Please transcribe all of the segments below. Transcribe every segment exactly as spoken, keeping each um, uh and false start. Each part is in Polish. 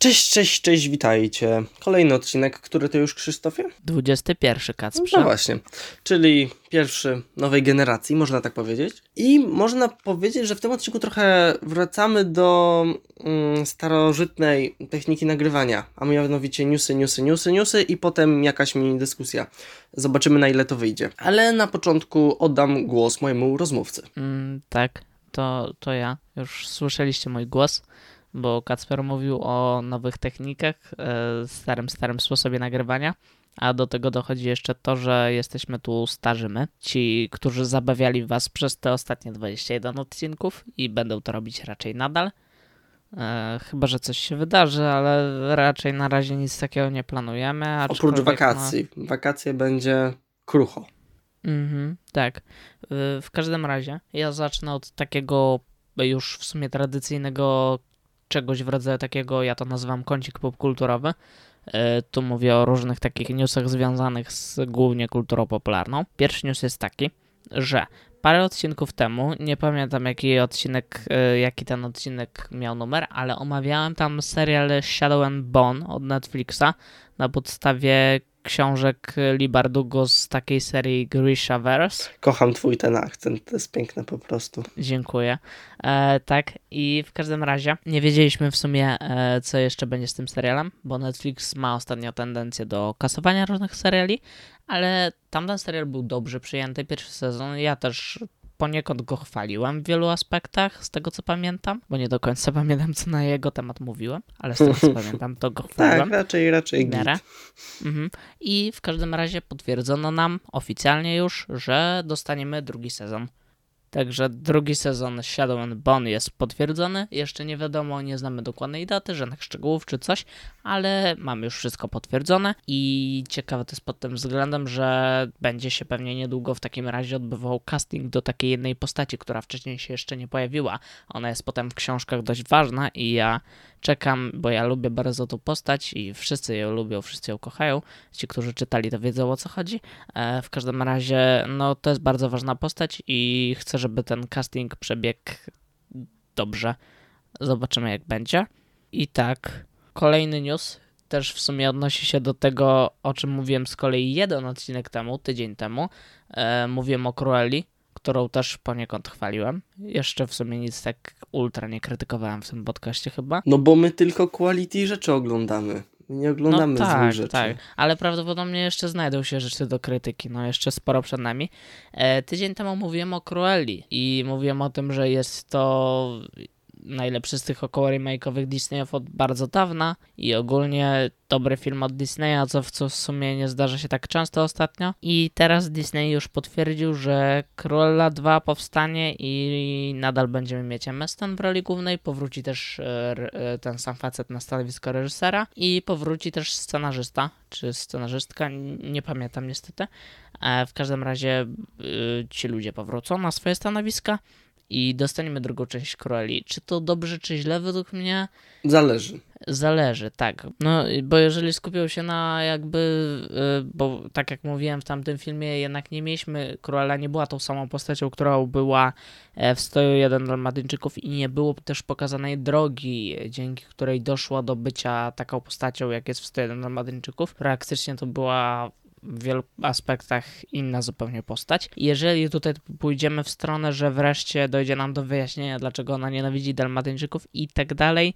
Cześć, cześć, cześć, witajcie. Kolejny odcinek, który to już, Krzysztofie? dwudziesty pierwszy, Kacprze. No właśnie, czyli pierwszy nowej generacji, można tak powiedzieć. I można powiedzieć, że w tym odcinku trochę wracamy do mm, starożytnej techniki nagrywania, a mianowicie newsy, newsy, newsy, newsy i potem jakaś mini dyskusja. Zobaczymy, na ile to wyjdzie. Ale na początku oddam głos mojemu rozmówcy. Mm, tak, to, to ja. Już słyszeliście mój głos, bo Kacper mówił o nowych technikach, e, starym, starym sposobie nagrywania, a do tego dochodzi jeszcze to, że jesteśmy tu starzy my, ci, którzy zabawiali was przez te ostatnie dwadzieścia jeden odcinków i będą to robić raczej nadal. E, chyba, że coś się wydarzy, ale raczej na razie nic takiego nie planujemy. Oprócz wakacji. No... Wakacje będzie krucho. Mhm, tak. W każdym razie ja zacznę od takiego już w sumie tradycyjnego czegoś w rodzaju takiego, ja to nazywam kącik popkulturowy. Tu mówię o różnych takich newsach związanych z głównie kulturą popularną. Pierwszy news jest taki, że parę odcinków temu, nie pamiętam jaki odcinek, jaki ten odcinek miał numer, ale omawiałem tam serial Shadow and Bone od Netflixa na podstawie książek Lee Bardugo z takiej serii Grishaverse. Kocham twój ten akcent, to jest piękne po prostu. Dziękuję. E, tak, i w każdym razie nie wiedzieliśmy w sumie, e, co jeszcze będzie z tym serialem, bo Netflix ma ostatnio tendencję do kasowania różnych seriali, ale tamten serial był dobrze przyjęty, pierwszy sezon. Ja też poniekąd go chwaliłem w wielu aspektach, z tego co pamiętam, bo nie do końca pamiętam, co na jego temat mówiłem, ale z tego co pamiętam, to go chwaliłem. Tak, raczej, raczej git. Mhm. I w każdym razie potwierdzono nam oficjalnie już, że dostaniemy drugi sezon. Także drugi sezon Shadow and Bone jest potwierdzony. Jeszcze nie wiadomo, nie znamy dokładnej daty, żadnych szczegółów czy coś, ale mamy już wszystko potwierdzone i ciekawe to jest pod tym względem, że będzie się pewnie niedługo w takim razie odbywał casting do takiej jednej postaci, która wcześniej się jeszcze nie pojawiła. Ona jest potem w książkach dość ważna i ja czekam, bo ja lubię bardzo tą postać i wszyscy ją lubią, wszyscy ją kochają. Ci, którzy czytali, to wiedzą, o co chodzi. E, w każdym razie, no to jest bardzo ważna postać i chcę, żeby ten casting przebiegł dobrze. Zobaczymy, jak będzie. I tak, kolejny news też w sumie odnosi się do tego, o czym mówiłem z kolei jeden odcinek temu, tydzień temu. E, mówiłem o Cruelli, którą też poniekąd chwaliłem. Jeszcze w sumie nic tak ultra nie krytykowałem w tym podcaście chyba. No bo my tylko quality rzeczy oglądamy. Nie oglądamy no tak, złych rzeczy. Tak, ale prawdopodobnie jeszcze znajdą się rzeczy do krytyki, no jeszcze sporo przed nami. E, tydzień temu mówiłem o Cruelli i mówiłem o tym, że jest to najlepszy z tych około remake'owych Disneyów od bardzo dawna i ogólnie dobry film od Disneya, co w, co w sumie nie zdarza się tak często ostatnio. I teraz Disney już potwierdził, że Cruella dwa powstanie i nadal będziemy mieć Emma Stone w roli głównej. Powróci też e, ten sam facet na stanowisko reżysera i powróci też scenarzysta, czy scenarzystka, nie pamiętam niestety. E, w każdym razie e, ci ludzie powrócą na swoje stanowiska. I dostaniemy drugą część Cruelli. Czy to dobrze, czy źle według mnie? Zależy. Zależy, tak. No, bo jeżeli skupią się na jakby, bo tak jak mówiłem w tamtym filmie, jednak nie mieliśmy, Cruella nie była tą samą postacią, którą była w sto jeden Dalmatyńczyków i nie było też pokazanej drogi, dzięki której doszła do bycia taką postacią, jak jest w sto jeden Dalmatyńczyków. Praktycznie to była w wielu aspektach inna zupełnie postać. Jeżeli tutaj pójdziemy w stronę, że wreszcie dojdzie nam do wyjaśnienia, dlaczego ona nienawidzi Dalmatyńczyków i tak dalej,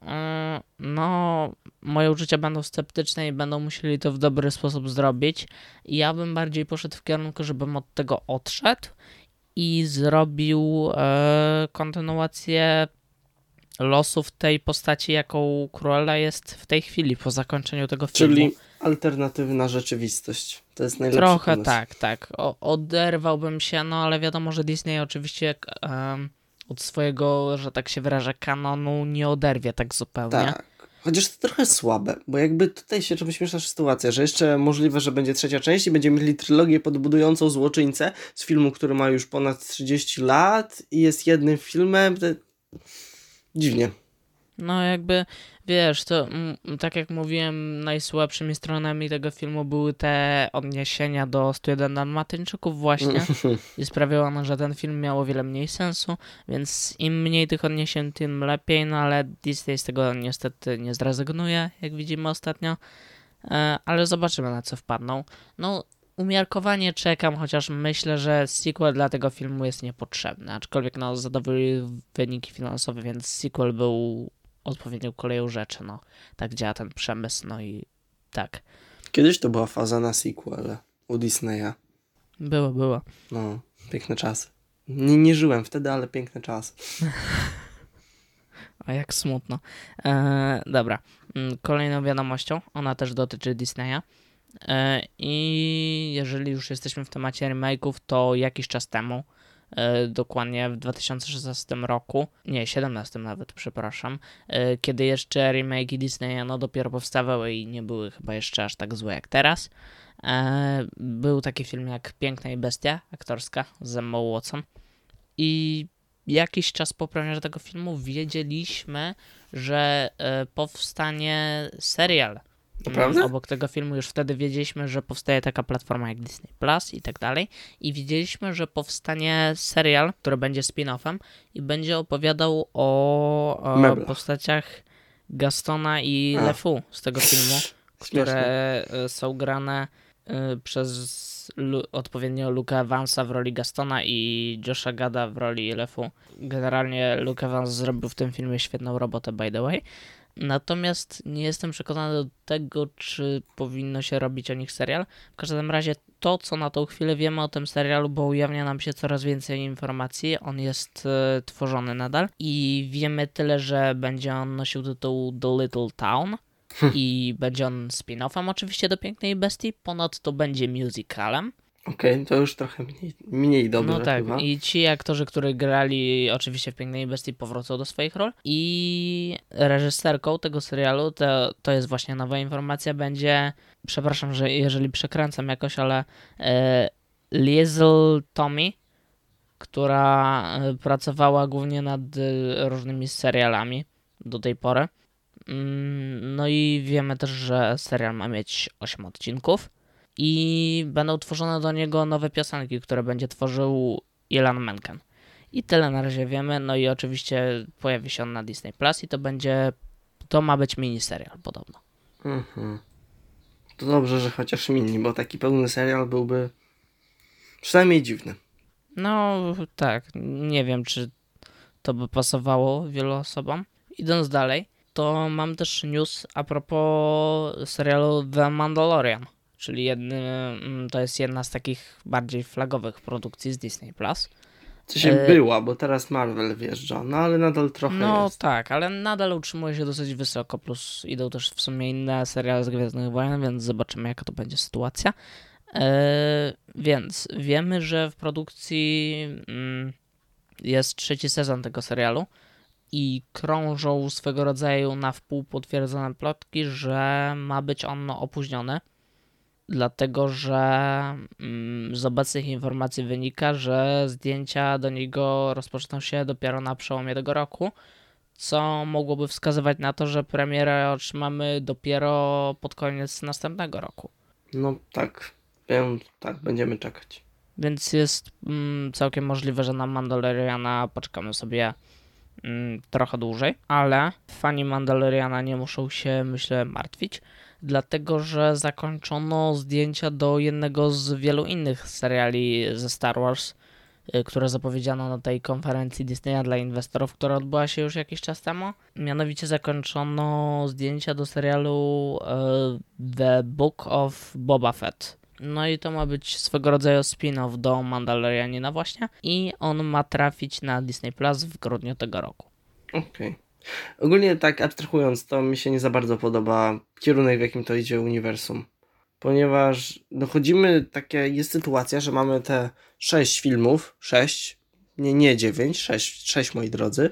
no moje uczucia będą sceptyczne i będą musieli to w dobry sposób zrobić. Ja bym bardziej poszedł w kierunku, żebym od tego odszedł i zrobił e, kontynuację losów tej postaci, jaką Cruella jest w tej chwili, po zakończeniu tego filmu. Czyli alternatywna rzeczywistość. To jest najlepszy Trochę pomysł. tak, tak. O, oderwałbym się, no ale wiadomo, że Disney oczywiście um, od swojego, że tak się wyrażę, kanonu nie oderwie tak zupełnie. Tak. Chociaż to trochę słabe, bo jakby tutaj się robi śmieszna sytuacja, że jeszcze możliwe, że będzie trzecia część i będziemy mieli trylogię podbudującą Złoczyńcę z filmu, który ma już ponad trzydzieści lat i jest jednym filmem. To... Dziwnie. No jakby, wiesz, to mm, tak jak mówiłem, najsłabszymi stronami tego filmu były te odniesienia do stu jeden Dalmatyńczyków właśnie i sprawiło ono, że ten film miał o wiele mniej sensu, więc im mniej tych odniesień, tym lepiej, no ale Disney z tego niestety nie zrezygnuje, jak widzimy ostatnio, e, ale zobaczymy, na co wpadną. No, umiarkowanie czekam, chociaż myślę, że sequel dla tego filmu jest niepotrzebny, aczkolwiek no zadowolił wyniki finansowe, więc sequel był odpowiednią koleją rzeczy, no. Tak działa ten przemysł, no i tak. Kiedyś to była faza na sequel u Disneya. Było, było. No, piękne czasy. Nie, nie żyłem wtedy, ale piękne czasy. A jak smutno. Eee, dobra. Kolejną wiadomością, ona też dotyczy Disneya. Eee, I jeżeli już jesteśmy w temacie remake'ów, to jakiś czas temu, e, dokładnie w dwa tysiące szesnastym roku, nie, siedemnastym nawet, przepraszam, e, kiedy jeszcze remake'i Disneya no dopiero powstawały i nie były chyba jeszcze aż tak złe jak teraz, e, był taki film jak Piękna i Bestia, aktorska, z Emma Watson. I jakiś czas po premierze tego filmu wiedzieliśmy, że e, powstanie serial. Naprawdę? Obok tego filmu już wtedy wiedzieliśmy, że powstaje taka platforma jak Disney Plus i tak dalej. I wiedzieliśmy, że powstanie serial, który będzie spin-offem i będzie opowiadał o, o postaciach Gastona i A. LeFou z tego filmu, które są grane przez Lu- odpowiednio Luka Evansa w roli Gastona i Josha Gada w roli LeFou. Generalnie Luke Evans zrobił w tym filmie świetną robotę, by the way. Natomiast nie jestem przekonany do tego, czy powinno się robić o nich serial. W każdym razie to, co na tą chwilę wiemy o tym serialu, bo ujawnia nam się coraz więcej informacji, on jest e, tworzony nadal i wiemy tyle, że będzie on nosił tytuł The Little Town i będzie on spin-offem oczywiście do Pięknej Bestii, ponadto będzie musicalem. Okej, okay, to już trochę mniej, mniej dobrze No tak, chyba. i ci aktorzy, którzy grali oczywiście w Pięknej Bestii, powrócą do swoich ról. I reżyserką tego serialu, to, to jest właśnie nowa informacja, będzie, przepraszam, że jeżeli przekręcam jakoś, ale e, Liesl Tommy, która pracowała głównie nad e, różnymi serialami do tej pory. Mm, no i wiemy też, że serial ma mieć osiem odcinków. I będą tworzone do niego nowe piosenki, które będzie tworzył Ilan Menken. I tyle na razie wiemy. No i oczywiście pojawi się on na Disney Plus i to będzie, to ma być miniserial podobno. Mhm. To dobrze, że chociaż mini, bo taki pełny serial byłby przynajmniej dziwny. No tak, nie wiem, czy to by pasowało wielu osobom. Idąc dalej, to mam też news a propos serialu The Mandalorian. Czyli jedny, to jest jedna z takich bardziej flagowych produkcji z Disney Plus. Co się e... była, bo teraz Marvel wjeżdża, no ale nadal trochę No jest. tak, ale nadal utrzymuje się dosyć wysoko, plus idą też w sumie inne seriale z Gwiezdnych Wojen, więc zobaczymy, jaka to będzie sytuacja. E... Więc wiemy, że w produkcji mm, jest trzeci sezon tego serialu i krążą swego rodzaju na wpół potwierdzone plotki, że ma być on opóźniony. Dlatego, że mm, z obecnych informacji wynika, że zdjęcia do niego rozpoczną się dopiero na przełomie tego roku, co mogłoby wskazywać na to, że premierę otrzymamy dopiero pod koniec następnego roku. No tak, wiem, tak, będziemy czekać. Więc jest mm, całkiem możliwe, że na Mandaloriana poczekamy sobie mm, trochę dłużej, ale fani Mandaloriana nie muszą się, myślę, martwić, dlatego że zakończono zdjęcia do jednego z wielu innych seriali ze Star Wars, które zapowiedziano na tej konferencji Disneya dla inwestorów, która odbyła się już jakiś czas temu. Mianowicie zakończono zdjęcia do serialu uh, The Book of Boba Fett. No i to ma być swego rodzaju spin-off do Mandalorianina właśnie i on ma trafić na Disney Plus w grudniu tego roku. Okej. Okay. Ogólnie tak abstrahując, to mi się nie za bardzo podoba kierunek, w jakim to idzie uniwersum. Ponieważ dochodzimy, takie jest sytuacja, że mamy te sześć filmów, sześć, nie, nie dziewięć, sześć, sześć moi drodzy.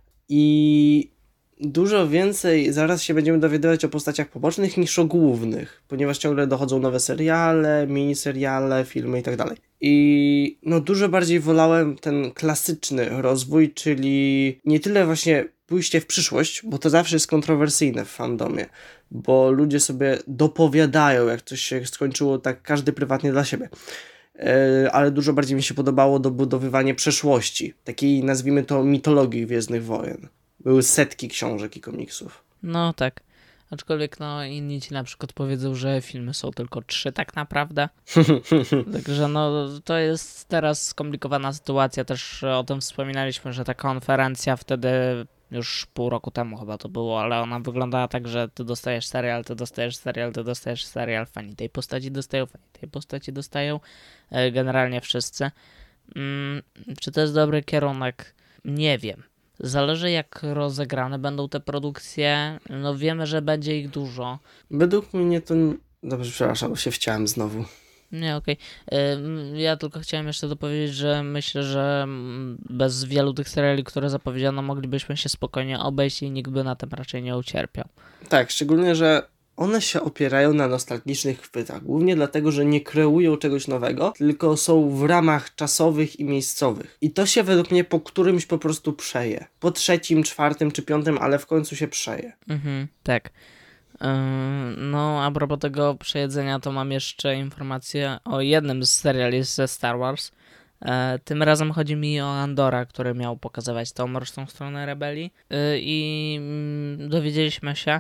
I dużo więcej zaraz się będziemy dowiadywać o postaciach pobocznych niż o głównych, ponieważ ciągle dochodzą nowe seriale, miniseriale, filmy i tak dalej. I no dużo bardziej wolałem ten klasyczny rozwój, czyli nie tyle właśnie pójście w przyszłość, bo to zawsze jest kontrowersyjne w fandomie, bo ludzie sobie dopowiadają, jak coś się skończyło, tak każdy prywatnie dla siebie. Yy, ale dużo bardziej mi się podobało dobudowywanie przeszłości, takiej nazwijmy to mitologii Gwiezdnych Wojen. Były setki książek i komiksów. No tak. Aczkolwiek no inni ci na przykład powiedzą, że filmy są tylko trzy tak naprawdę. Także no to jest teraz skomplikowana sytuacja. Też o tym wspominaliśmy, że ta konferencja wtedy już pół roku temu chyba to było, ale ona wyglądała tak, że ty dostajesz serial, ty dostajesz serial, ty dostajesz serial, fani tej postaci dostają, fani tej postaci dostają, generalnie wszyscy. Hmm, czy to jest dobry kierunek? Nie wiem. Zależy jak rozegrane będą te produkcje, no wiemy, że będzie ich dużo. Według mnie to... Dobrze, przepraszam, bo się wciąłem znowu. Nie, okej. Okay. Ja tylko chciałem jeszcze dopowiedzieć, że myślę, że bez wielu tych seriali, które zapowiedziano, moglibyśmy się spokojnie obejść i nikt by na tym raczej nie ucierpiał. Tak, szczególnie, że one się opierają na nostalgicznych chwytach, głównie dlatego, że nie kreują czegoś nowego, tylko są w ramach czasowych i miejscowych. I to się według mnie po którymś po prostu przeje. Po trzecim, czwartym czy piątym, ale w końcu się przeje. Mhm, tak. Yy, no, a propos tego przejedzenia, to mam jeszcze informację o jednym z seriali ze Star Wars. Yy, tym razem chodzi mi o Andora, który miał pokazywać tą mroczną stronę rebelii. Yy, I yy, dowiedzieliśmy się,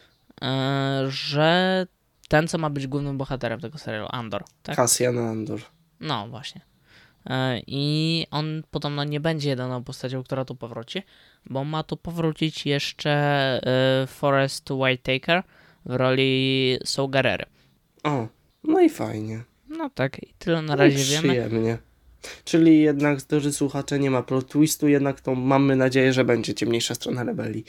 że ten, co ma być głównym bohaterem tego serialu, Andor, tak? Cassian Andor. No, właśnie. I on podobno nie będzie jedyną postacią, która tu powróci, bo ma tu powrócić jeszcze Forest Whitaker w roli Saw Gerrery. O, no i fajnie. No tak, i tyle na no razie przyjemnie. wiemy. Przyjemnie. Czyli jednak, drodzy słuchacze, nie ma plot twistu, jednak to mamy nadzieję, że będzie ciemniejsza strona rebelii.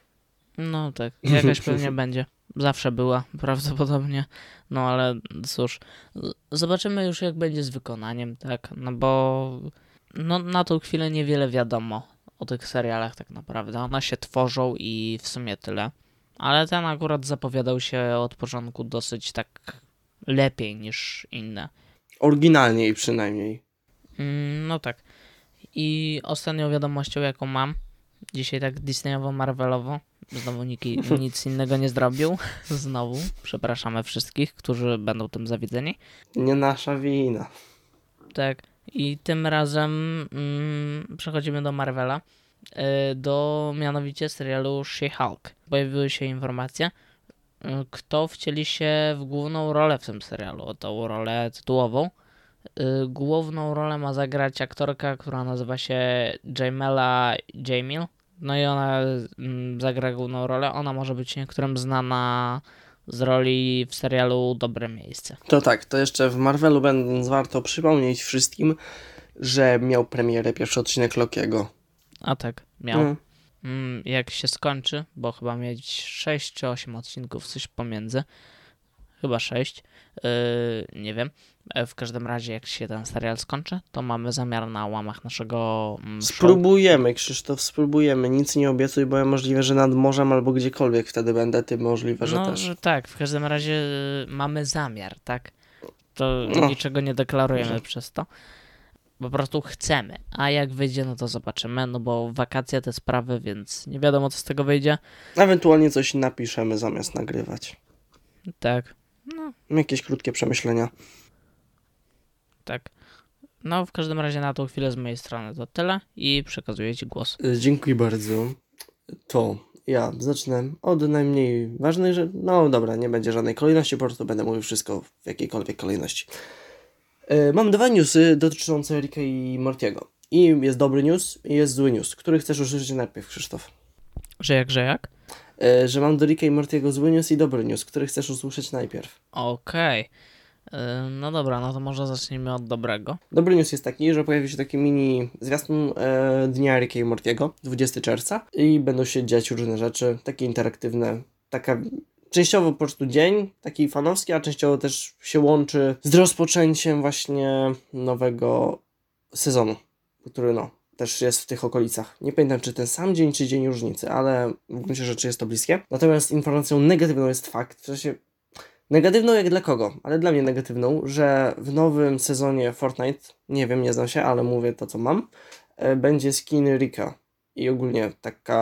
No tak, jakaś pewnie będzie. Zawsze była, prawdopodobnie. No ale cóż, zobaczymy już jak będzie z wykonaniem, tak? No bo no, na tą chwilę niewiele wiadomo o tych serialach tak naprawdę. One się tworzą i w sumie tyle. Ale ten akurat zapowiadał się od początku dosyć tak lepiej niż inne. Oryginalniej przynajmniej. Mm, no tak. I ostatnią wiadomością jaką mam, dzisiaj tak Disneyowo-Marvelowo, znowu nikt nic innego nie zrobił. Znowu przepraszamy wszystkich, którzy będą tym zawiedzeni. Nie nasza wina. Tak. I tym razem mm, przechodzimy do Marvela. Yy, do mianowicie serialu She-Hulk. Pojawiły się informacje, yy, kto wcieli się w główną rolę w tym serialu. Tą rolę tytułową. Yy, główną rolę ma zagrać aktorka, która nazywa się Jamela Jamil. No i ona mm, zagra główną rolę. Ona może być niektórym znana z roli w serialu Dobre Miejsce. To tak, to jeszcze w Marvelu będąc warto przypomnieć wszystkim, że miał premierę pierwszy odcinek Lokiego. A tak, miał. Mm. Mm, jak się skończy, bo chyba mieć sześć czy osiem odcinków, coś pomiędzy. Chyba sześć. Yy, nie wiem. W każdym razie jak się ten serial skończy, to mamy zamiar na łamach naszego mm, Spróbujemy, show. Krzysztof, spróbujemy. Nic nie obiecuj, bo ja możliwe, że nad morzem albo gdziekolwiek wtedy będę, ty możliwe, że no, też. Że tak, w każdym razie y, mamy zamiar, tak? To No. niczego nie deklarujemy Może. przez to. Po prostu chcemy, a jak wyjdzie, no to zobaczymy, no bo wakacje te sprawy, więc nie wiadomo co z tego wyjdzie. Ewentualnie coś napiszemy zamiast nagrywać. Tak, no Jakieś krótkie przemyślenia. tak. No w każdym razie na tą chwilę z mojej strony to tyle i przekazuję Ci głos. Y, Dziękuję bardzo. To ja zacznę od najmniej ważnej rzeczy. No dobra, nie będzie żadnej kolejności, po prostu będę mówił wszystko w jakiejkolwiek kolejności. Y, Mam dwa newsy dotyczące Ricka i Mortiego. I jest dobry news i jest zły news. Który chcesz usłyszeć najpierw, Krzysztof? Że jak, że jak? Y, Że mam do Ricka i Mortiego zły news i dobry news. Który chcesz usłyszeć najpierw? Okej. Yy, No dobra, no to może zacznijmy od dobrego. Dobry news jest taki, że pojawi się taki mini zwiastun e, Dnia Ricka i Mortiego, dwudziestego czerwca i będą się dziać różne rzeczy, takie interaktywne, taka częściowo po prostu dzień, taki fanowski, a częściowo też się łączy z rozpoczęciem właśnie nowego sezonu, który no też jest w tych okolicach. Nie pamiętam, czy ten sam dzień, czy dzień różnicy, ale w gruncie rzeczy jest to bliskie. Natomiast informacją negatywną jest fakt, w sensie negatywną jak dla kogo, ale dla mnie negatywną, że w nowym sezonie Fortnite, nie wiem, nie znam się, ale mówię to co mam, e, będzie skin Ricka i ogólnie taka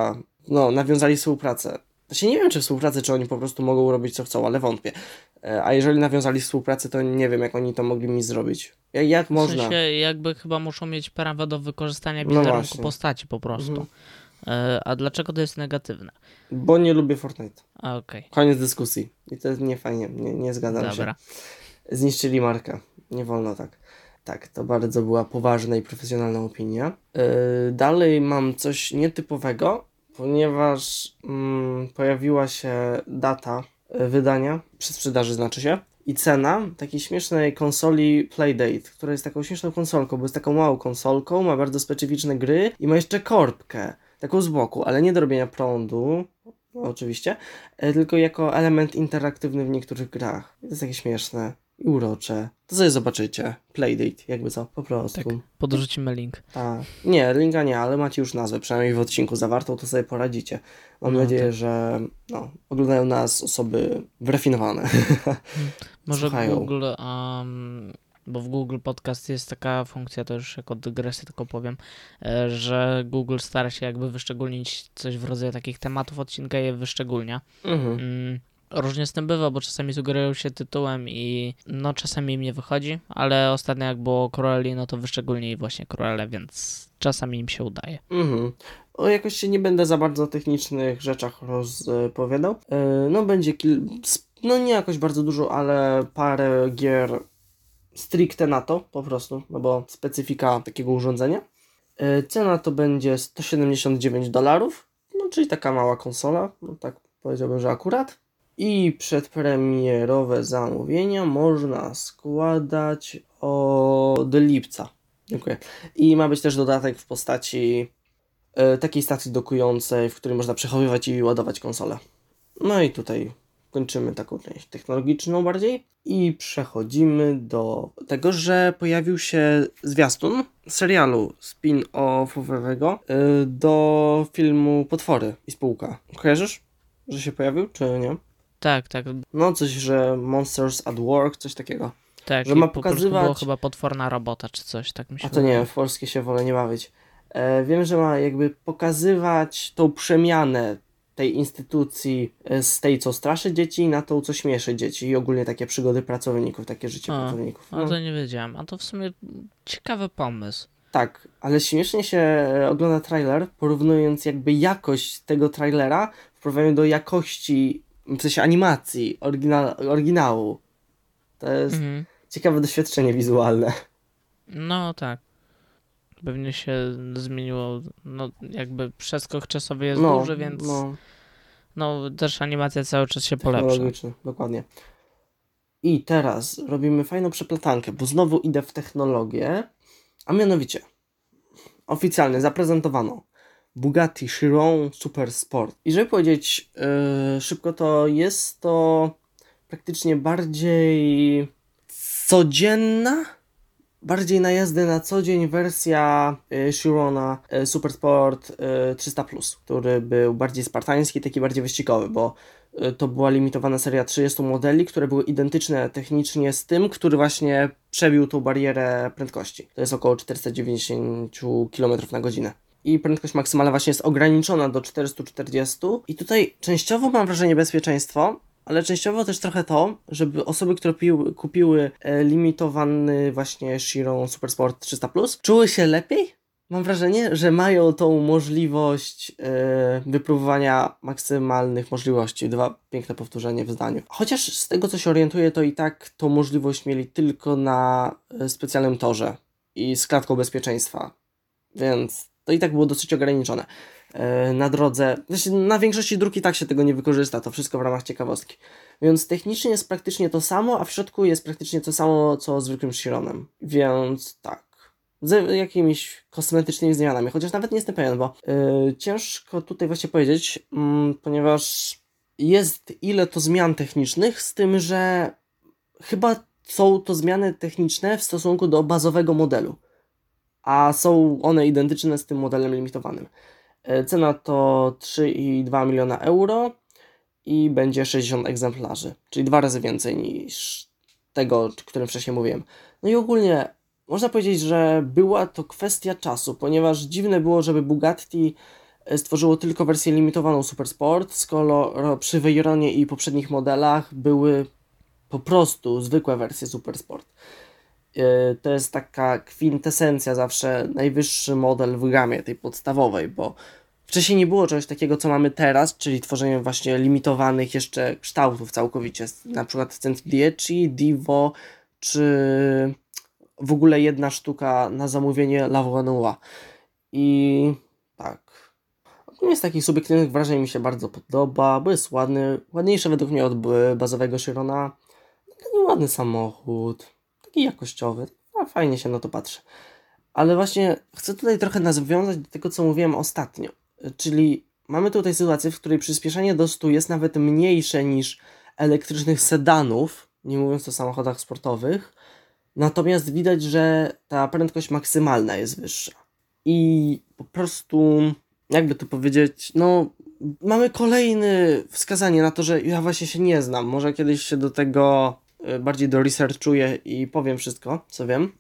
no, nawiązali współpracę. Znaczy nie wiem, czy współpracę, czy oni po prostu mogą robić co chcą, ale wątpię. A jeżeli nawiązali współpracę, to nie wiem, jak oni to mogli mi zrobić. Jak, jak W można? sensie jakby chyba muszą mieć prawo do wykorzystania No wizerunku właśnie. postaci po prostu. Mhm. E, A dlaczego to jest negatywne? Bo nie lubię Fortnite. A, Okej, Koniec dyskusji. I to jest nie fajnie, nie, nie zgadzam się. dobra. Zniszczyli markę. Nie wolno tak. Tak, to bardzo była poważna i profesjonalna opinia. Yy, dalej mam coś nietypowego, ponieważ mm, pojawiła się data y, wydania, przedsprzedaży znaczy się, i cena takiej śmiesznej konsoli Playdate, która jest taką śmieszną konsolką, bo jest taką małą konsolką, ma bardzo specyficzne gry i ma jeszcze korbkę, taką z boku, ale nie do robienia prądu, no, oczywiście, y, tylko jako element interaktywny w niektórych grach. To jest takie śmieszne i urocze. To sobie zobaczycie. Playdate, jakby co, po prostu. Tak, podrzucimy link. Tak. Nie, linka nie, ale macie już nazwę, przynajmniej w odcinku zawartą, to sobie poradzicie. Mam No, nadzieję, tak. że no, oglądają nas osoby wyrafinowane. Może Słuchają. Google, um, bo w Google Podcast jest taka funkcja, to już jako dygresję tylko powiem, e, że Google stara się jakby wyszczególnić coś w rodzaju takich tematów odcinka i je wyszczególnia. Mhm. Mm, Różnie z tym bywa, bo czasami sugerują się tytułem i no czasami im nie wychodzi, ale ostatnio jak było Cruelli, no to wyszczególnili właśnie Cruelle, więc czasami im się udaje. Mhm. O, jakoś się nie będę za bardzo o technicznych rzeczach rozpowiadał. Yy, no będzie kil... no nie jakoś bardzo dużo, ale parę gier stricte na to po prostu, no bo specyfika takiego urządzenia. Yy, cena to będzie sto siedemdziesiąt dziewięć dolarów, no czyli taka mała konsola, no tak powiedziałbym, że akurat. I przedpremierowe zamówienia można składać od lipca. Dziękuję. I ma być też dodatek w postaci e, takiej stacji dokującej, w której można przechowywać i ładować konsolę. No i tutaj kończymy taką część technologiczną bardziej i przechodzimy do tego, że pojawił się zwiastun serialu spin-offowego e, do filmu Potwory i Spółka. Kojarzysz, że się pojawił, czy nie? Tak, tak, No coś, że Monsters at Work, coś takiego. tak. Że i ma po polsku pokazywać- było chyba potworna robota czy coś, tak mi się A to nie, wydaje. w polskie się wolę nie bawić. E, wiem, że ma jakby pokazywać tą przemianę tej instytucji e, z tej, co straszy dzieci, na tą, co śmieszy dzieci i ogólnie takie przygody pracowników, takie życie A, pracowników. A No, to nie wiedziałem, a to w sumie ciekawy pomysł. tak, ale śmiesznie się e, ogląda trailer, porównując jakby jakość tego trailera w porównaniu do jakości, w sensie animacji oryginal, oryginału. To jest Mhm. ciekawe doświadczenie wizualne. No tak. Pewnie się zmieniło, no jakby przeskok czasowy jest duży, więc no. no, też animacja cały czas się polepsza. technologiczny, dokładnie. I teraz robimy fajną przeplatankę, bo znowu idę w technologię, a mianowicie oficjalnie zaprezentowano Bugatti Chiron Super Sport. I żeby powiedzieć yy, szybko, to jest to praktycznie bardziej codzienna, bardziej na jazdę na co dzień wersja y, Chirona y, Super Sport y, trzysta plus, który był bardziej spartański, taki bardziej wyścigowy, bo y, to była limitowana seria trzydziestu modeli, które były identyczne technicznie z tym, który właśnie przebił tą barierę prędkości. To jest około czterysta dziewięćdziesiąt kilometrów na godzinę. I prędkość maksymalna właśnie jest ograniczona do czterysta czterdzieści. I tutaj częściowo mam wrażenie bezpieczeństwo, ale częściowo też trochę to, żeby osoby, które piły, kupiły e, limitowany właśnie Chiron Super Sport trzysta plus, czuły się lepiej. Mam wrażenie, że mają tą możliwość e, wypróbowania maksymalnych możliwości. Dwa piękne powtórzenie w zdaniu. Chociaż z tego, co się orientuję, to i tak tą możliwość mieli tylko na e, specjalnym torze i z klatką bezpieczeństwa. Więc to i tak było dosyć ograniczone. Na drodze, znaczy na większości dróg i tak się tego nie wykorzysta, to wszystko w ramach ciekawostki. Więc technicznie jest praktycznie to samo, a w środku jest praktycznie to samo, co zwykłym Chironem. Więc tak, z jakimiś kosmetycznymi zmianami, chociaż nawet nie jestem pewien, bo yy, ciężko tutaj właśnie powiedzieć, yy, ponieważ jest ile to zmian technicznych, z tym, że chyba są to zmiany techniczne w stosunku do bazowego modelu, a są one identyczne z tym modelem limitowanym. Cena to trzy i dwa miliona euro i będzie sześćdziesiąt egzemplarzy, czyli dwa razy więcej niż tego, o którym wcześniej mówiłem. No i ogólnie można powiedzieć, że była to kwestia czasu, ponieważ dziwne było, żeby Bugatti stworzyło tylko wersję limitowaną Super Sport, skoro przy Veyronie i poprzednich modelach były po prostu zwykłe wersje Super Sport. To jest taka kwintesencja zawsze, najwyższy model w gamie tej podstawowej, bo wcześniej nie było czegoś takiego, co mamy teraz, czyli tworzenie właśnie limitowanych jeszcze kształtów całkowicie, na przykład Cent Dieci, Divo, czy w ogóle jedna sztuka na zamówienie La Voix. I tak, ogólnie z takich subiektywnych wrażeń mi się bardzo podoba, bo jest ładny, ładniejszy według mnie od bazowego Chirona, taki ładny samochód, taki jakościowy, a fajnie się na to patrzy. Ale właśnie chcę tutaj trochę nawiązać do tego, co mówiłem ostatnio, czyli mamy tutaj sytuację, w której przyspieszenie do stu jest nawet mniejsze niż elektrycznych sedanów, nie mówiąc o samochodach sportowych, natomiast widać, że ta prędkość maksymalna jest wyższa. I po prostu, jakby to powiedzieć, no mamy kolejne wskazanie na to, że ja właśnie się nie znam. Może kiedyś się do tego bardziej do researchuję i powiem wszystko, co wiem,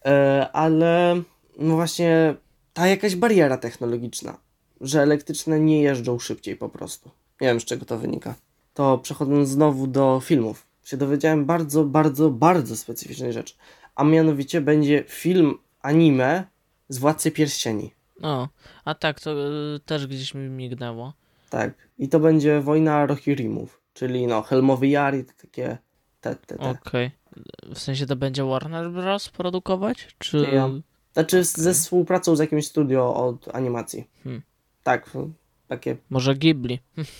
ale no właśnie ta jakaś bariera technologiczna, że elektryczne nie jeżdżą szybciej po prostu. Nie wiem, z czego to wynika. To przechodząc znowu do filmów, się dowiedziałem bardzo, bardzo, bardzo specyficznej rzeczy. A mianowicie będzie film anime z Władcy Pierścieni. O, a tak, to y, też gdzieś mi mignęło. Tak, i to będzie Wojna Rohirrimów, czyli no Helmowy Jar i takie te, te, te. Okej. W sensie to będzie Warner Bros. Produkować? Czy... Ja. Znaczy okay. ze współpracą z jakimś studio od animacji. Hmm. Tak, takie... Może Ghibli?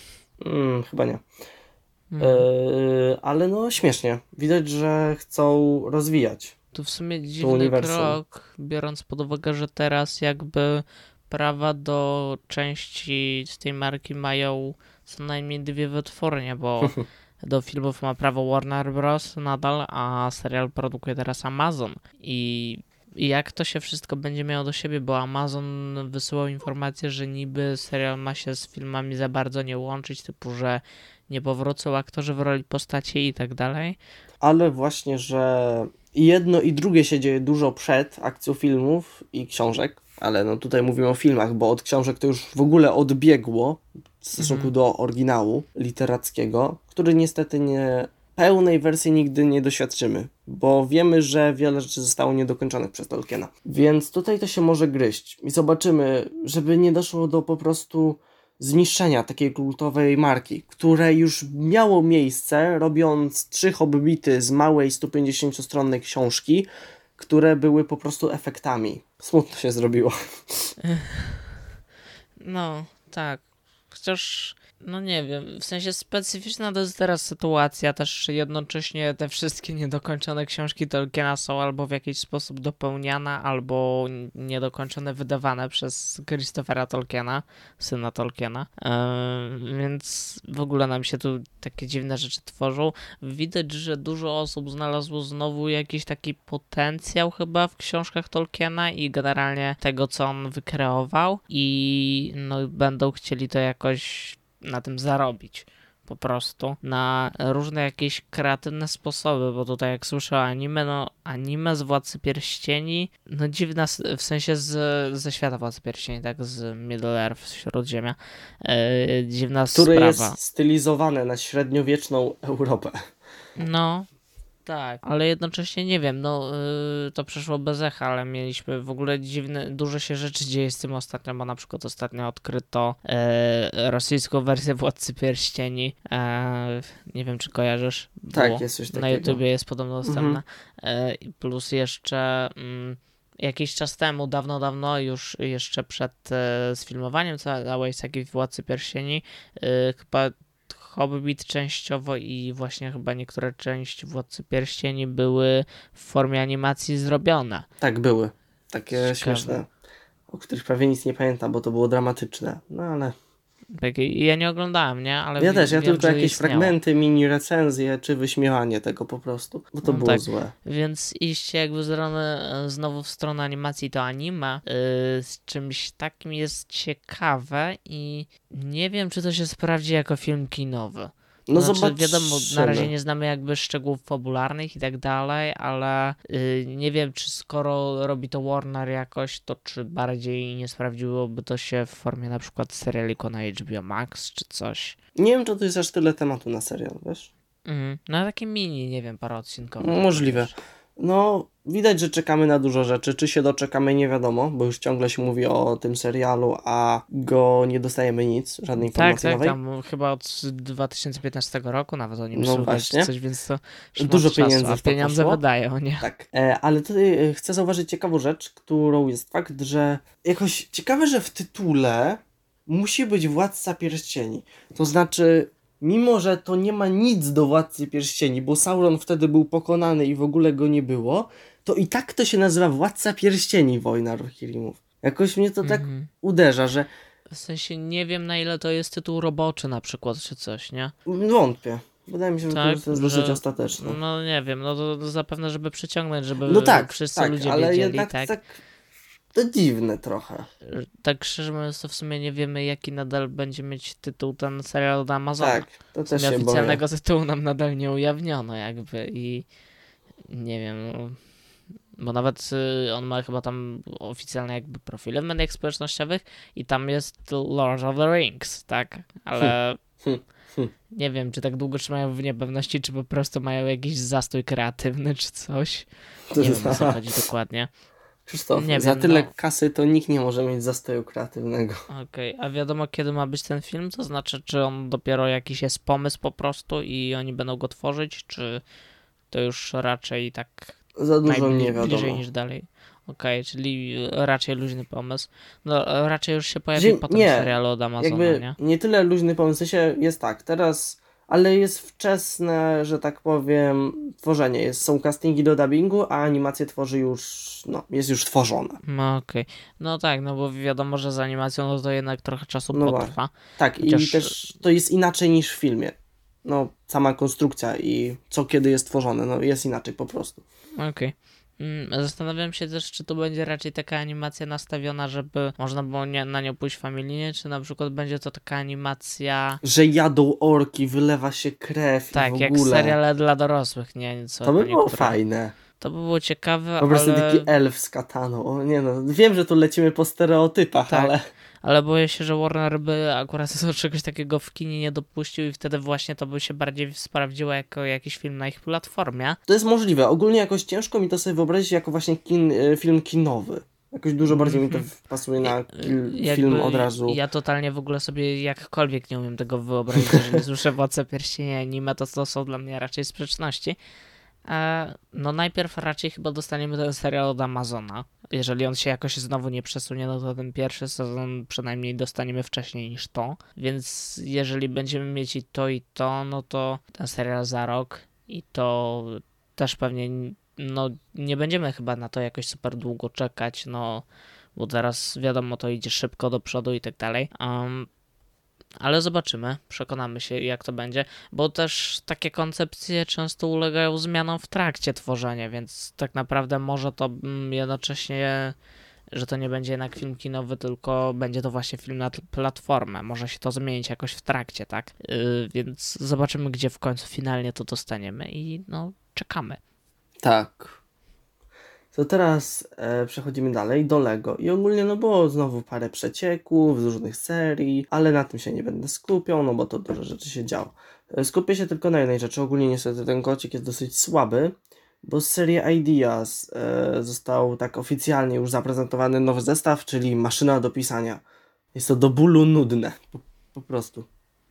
Mm, chyba nie. Hmm. Yy, ale no śmiesznie. Widać, że chcą rozwijać. To w sumie dziwny krok, biorąc pod uwagę, że teraz jakby prawa do części z tej marki mają co najmniej dwie wytwórnie, bo do filmów ma prawo Warner Bros. Nadal, a serial produkuje teraz Amazon. I jak to się wszystko będzie miało do siebie, bo Amazon wysyłał informację, że niby serial ma się z filmami za bardzo nie łączyć, typu, że nie powrócą aktorzy w roli postaci i tak dalej. Ale właśnie, że i jedno i drugie się dzieje dużo przed akcją filmów i książek, ale no tutaj mówimy o filmach, bo od książek to już w ogóle odbiegło w stosunku mm. do oryginału literackiego, który niestety nie... pełnej wersji nigdy nie doświadczymy, bo wiemy, że wiele rzeczy zostało niedokończonych przez Tolkiena. Więc tutaj to się może gryźć i zobaczymy, żeby nie doszło do po prostu zniszczenia takiej kultowej marki, które już miało miejsce, robiąc trzy Hobbity z małej sto pięćdziesięciostronnej książki, które były po prostu efektami. Smutno się zrobiło. No, tak. Chociaż, no nie wiem, w sensie specyficzna to jest teraz sytuacja, też jednocześnie te wszystkie niedokończone książki Tolkiena są albo w jakiś sposób dopełniane, albo niedokończone, wydawane przez Christophera Tolkiena, syna Tolkiena, yy, więc w ogóle nam się tu takie dziwne rzeczy tworzą. Widać, że dużo osób znalazło znowu jakiś taki potencjał chyba w książkach Tolkiena i generalnie tego, co on wykreował i no będą chcieli to jakoś na tym zarobić po prostu na różne jakieś kreatywne sposoby, bo tutaj jak słyszę o anime, no anime z Władcy Pierścieni, no dziwna, w sensie z, ze świata Władcy Pierścieni, tak, z Middle Earth, Śródziemia, yy, dziwna Które sprawa. jest stylizowane na średniowieczną Europę. No, tak, ale jednocześnie nie wiem, no yy, to przeszło bez echa, ale mieliśmy w ogóle dziwne, dużo się rzeczy dzieje z tym ostatnio, bo na przykład ostatnio odkryto yy, rosyjską wersję Władcy Pierścieni, yy, nie wiem czy kojarzysz, tak, jest coś takiego. Na YouTubie jest podobno dostępna, mhm. yy, plus jeszcze yy, jakiś czas temu, dawno, dawno, już jeszcze przed yy, sfilmowaniem całej sagi Władcy Pierścieni, yy, chyba Hobbit częściowo i właśnie chyba niektóre części Władcy Pierścieni były w formie animacji zrobione. Tak, były. Takie Ciekawe. Śmieszne, o których prawie nic nie pamiętam, bo to było dramatyczne. No ale... Ja nie oglądałem, nie? Ale ja też, ja wiem, tylko jakieś istniało. fragmenty, mini recenzje, czy wyśmiewanie tego po prostu, bo to no było tak. złe. Więc iść jakby znowu w stronę animacji to anime, yy, z czymś takim jest ciekawe i nie wiem, czy to się sprawdzi jako film kinowy. No znaczy, zobaczymy. wiadomo, na razie nie znamy jakby szczegółów fabularnych i tak dalej, ale yy, nie wiem, czy skoro robi to Warner jakoś, to czy bardziej nie sprawdziłoby to się w formie na przykład serialiku na H B O Max, czy coś. Nie wiem, czy to jest aż tyle tematu na serial, wiesz? Mhm. No takie mini, nie wiem, paroodcinkowe. No, możliwe. No, widać, że czekamy na dużo rzeczy. Czy się doczekamy, nie wiadomo, bo już ciągle się mówi o tym serialu, a go nie dostajemy nic, żadnej informacji Tak, tak, nowej. tam chyba od dwa tysiące piętnastego roku nawet o nim No słuchać, właśnie. czy coś, więc to Dużo szmat czasu, pieniędzy a w to pieniądze poszło. wydają, nie? Tak, e, ale tutaj e, chcę zauważyć ciekawą rzecz, którą jest fakt, że jakoś ciekawe, że w tytule musi być Władca Pierścieni. To znaczy, mimo że to nie ma nic do Władcy Pierścieni, bo Sauron wtedy był pokonany i w ogóle go nie było, to i tak to się nazywa Władca Pierścieni, Wojna Rohirrimów. Jakoś mnie to tak Mhm. uderza, że W sensie nie wiem, na ile to jest tytuł roboczy na przykład, czy coś, nie? wątpię. Wydaje mi się, że Tak, to jest że- dosyć ostateczne. No nie wiem, no to, to zapewne, żeby przyciągnąć, żeby No tak, wszyscy tak, ludzie ale wiedzieli, jednak tak? tak to dziwne trochę. Tak szczerze mówiąc, to w sumie nie wiemy, jaki nadal będzie mieć tytuł ten serial od Amazona. Tak, to W też sumie się boję. oficjalnego tytułu nam nadal nie ujawniono jakby i nie wiem, no, bo nawet y, on ma chyba tam oficjalne jakby profile w mediach społecznościowych i tam jest Lord of the Rings, tak? Ale hm, hm. nie wiem, czy tak długo trzymają w niepewności, czy po prostu mają jakiś zastój kreatywny, czy coś. To Nie jest- wiem, o co chodzi dokładnie. Krzysztof, Nie za wiem, tyle no. kasy to nikt nie może mieć zastoju kreatywnego. Okej, a wiadomo, kiedy ma być ten film? To znaczy, czy on dopiero jakiś jest pomysł po prostu i oni będą go tworzyć, czy to już raczej tak Za dużo najbli- nie bliżej wiadomo. niż dalej? Okej, czyli raczej luźny pomysł. No, raczej już się pojawi Że- po tym nie, serialu od Amazona, Jakby nie? nie tyle luźny pomysł, w sensie jest tak, teraz, ale jest wczesne, że tak powiem, tworzenie. Jest, są castingi do dubbingu, a animację tworzy już, no, jest już tworzona. No okej. No tak, no bo wiadomo, że z animacją no to jednak trochę czasu No potrwa. Tak, Chociaż- i też to jest inaczej niż w filmie. No, sama konstrukcja i co kiedy jest tworzone, no jest inaczej po prostu. Okej. Mm, Zastanawiam się też, czy to będzie raczej taka animacja nastawiona, żeby można było nie, na nią pójść familijnie, czy na przykład będzie to taka animacja, Że jadą orki, wylewa się krew i tak, w jak ogóle. seriale dla dorosłych, nie? Co To by nie było które- fajne. To by było ciekawe, Po prostu ale, taki elf z kataną. O nie no, wiem, że tu lecimy po stereotypach, Tak. ale ale boję się, że Warner by akurat do czegoś takiego w kinie nie dopuścił i wtedy właśnie to by się bardziej sprawdziło jako jakiś film na ich platformie. to jest możliwe. Ogólnie jakoś ciężko mi to sobie wyobrazić jako właśnie kin, y, film kinowy. Jakoś dużo bardziej mi to pasuje na kil, Jakby film od razu. Ja totalnie w ogóle sobie jakkolwiek nie umiem tego wyobrazić, jeżeli słyszę Władcę Pierścieni anime, to to są dla mnie raczej sprzeczności. E, no najpierw raczej chyba dostaniemy ten serial od Amazona. Jeżeli on się jakoś znowu nie przesunie, no to ten pierwszy sezon przynajmniej dostaniemy wcześniej niż to. Więc jeżeli będziemy mieć i to i to, no to ten serial za rok i to też pewnie no nie będziemy chyba na to jakoś super długo czekać, no bo teraz wiadomo to idzie szybko do przodu i tak dalej. Um, ale zobaczymy, przekonamy się jak to będzie, bo też takie koncepcje często ulegają zmianom w trakcie tworzenia, więc tak naprawdę może to mm, jednocześnie, że to nie będzie jednak film kinowy, tylko będzie to właśnie film na t- platformę. Może się to zmienić jakoś w trakcie, tak? Yy, więc zobaczymy, gdzie w końcu finalnie to dostaniemy i no, czekamy. Tak. To teraz e, przechodzimy dalej do Lego. I ogólnie no było znowu parę przecieków z różnych serii, ale na tym się nie będę skupiał, no bo to dużo rzeczy się działo. E, skupię się tylko na jednej rzeczy. Ogólnie niestety ten kocik jest dosyć słaby, bo z serii Ideas e, został tak oficjalnie już zaprezentowany nowy zestaw, czyli maszyna do pisania. Jest to do bólu nudne. Po, po prostu.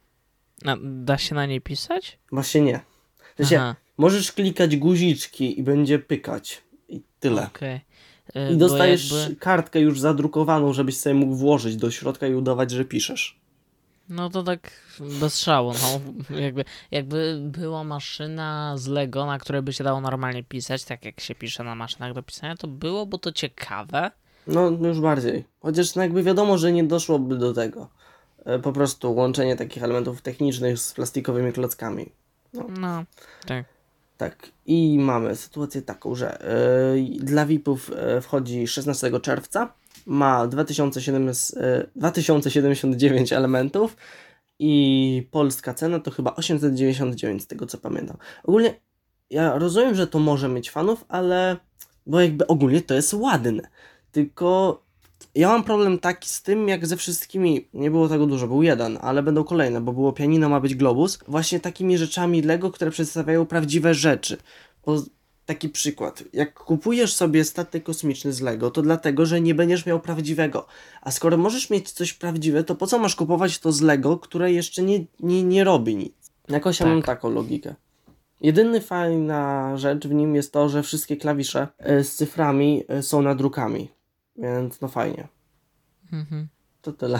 A, da się na niej pisać? Właśnie nie. W sensie, Aha, możesz klikać guziczki i będzie pykać. I tyle. okej. Yy, I bo dostajesz jakby- kartkę już zadrukowaną, żebyś sobie mógł włożyć do środka i udawać, że piszesz. No to tak bez szału, no. Jakby, jakby była maszyna z Lego, na której by się dało normalnie pisać, tak jak się pisze na maszynach do pisania, to byłoby to ciekawe. No, już bardziej. Chociaż no jakby wiadomo, że nie doszłoby do tego. E, Po prostu łączenie takich elementów technicznych z plastikowymi klockami. No, tak. Tak. I mamy sytuację taką, że e, dla V I P-ów e, wchodzi szesnastego czerwca. Ma dwa tysiące siedemset, e, dwa tysiące siedemdziesiąt dziewięć elementów i polska cena to chyba osiemset dziewięćdziesiąt dziewięć, z tego co pamiętam. Ogólnie ja rozumiem, że to może mieć fanów, ale bo jakby ogólnie to jest ładne, tylko ja mam problem taki z tym, jak ze wszystkimi, nie było tego dużo, był jeden, ale będą kolejne, bo było pianino, ma być globus, właśnie takimi rzeczami Lego, które przedstawiają prawdziwe rzeczy. Bo taki przykład, jak kupujesz sobie statek kosmiczny z Lego, to dlatego, że nie będziesz miał prawdziwego. A skoro możesz mieć coś prawdziwe, to po co masz kupować to z Lego, które jeszcze nie, nie, nie robi nic? Jakoś ja Tak. mam taką logikę. Jedyna fajna rzecz w nim jest to, że wszystkie klawisze y, z cyframi y, są nadrukami. Więc no fajnie. Mhm. To tyle.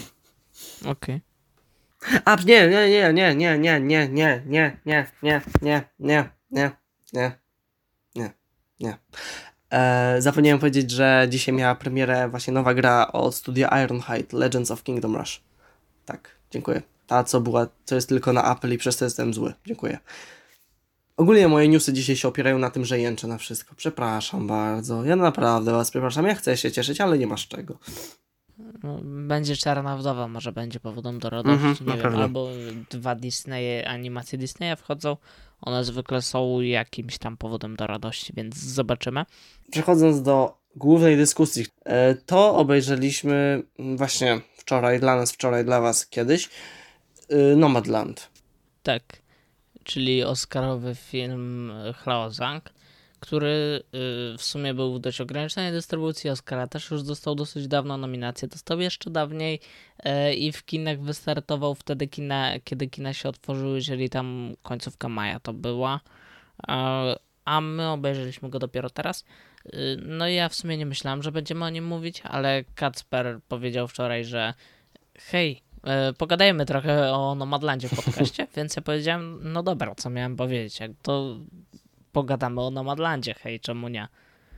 Okej. A nie, nie, nie, nie, nie, nie, nie, nie, nie, nie, nie, nie, nie, nie, nie, nie, nie. E, zapomniałem powiedzieć, że dzisiaj miała premierę właśnie nowa gra od studia Ironhide, Legends of Kingdom Rush. Tak, dziękuję. Ta, co była, co jest tylko na Apple i przez to jestem zły. Dziękuję. Ogólnie moje newsy dzisiaj się opierają na tym, że jęczę na wszystko. Przepraszam bardzo. Ja naprawdę was przepraszam. Ja chcę się cieszyć, ale nie masz czego. No, będzie Czarna Wdowa, może będzie powodem do radości, Mhm, nie na wiem, pewno. albo dwa Disney, animacje Disneya wchodzą, one zwykle są jakimś tam powodem do radości, więc zobaczymy. Przechodząc do głównej dyskusji, e, to obejrzeliśmy właśnie wczoraj, dla nas wczoraj, dla was kiedyś, e, Nomadland. Tak, czyli oscarowy film Hlau Zhang, który y, w sumie był w dość ograniczonej dystrybucji. Oscara też już dostał dosyć dawno, nominację dostał jeszcze dawniej y, i w kinach wystartował wtedy, kina, kiedy kina się otworzyły, czyli tam końcówka maja to była, y, a my obejrzeliśmy go dopiero teraz. Y, no i ja w sumie nie myślałem, że będziemy o nim mówić, ale Kacper powiedział wczoraj, że hej, y, pogadajmy trochę o Nomadlandzie w podcaście, więc ja powiedziałem, no dobra, co miałem powiedzieć, jak to pogadamy o Nomadlandzie, hej, czemu nie?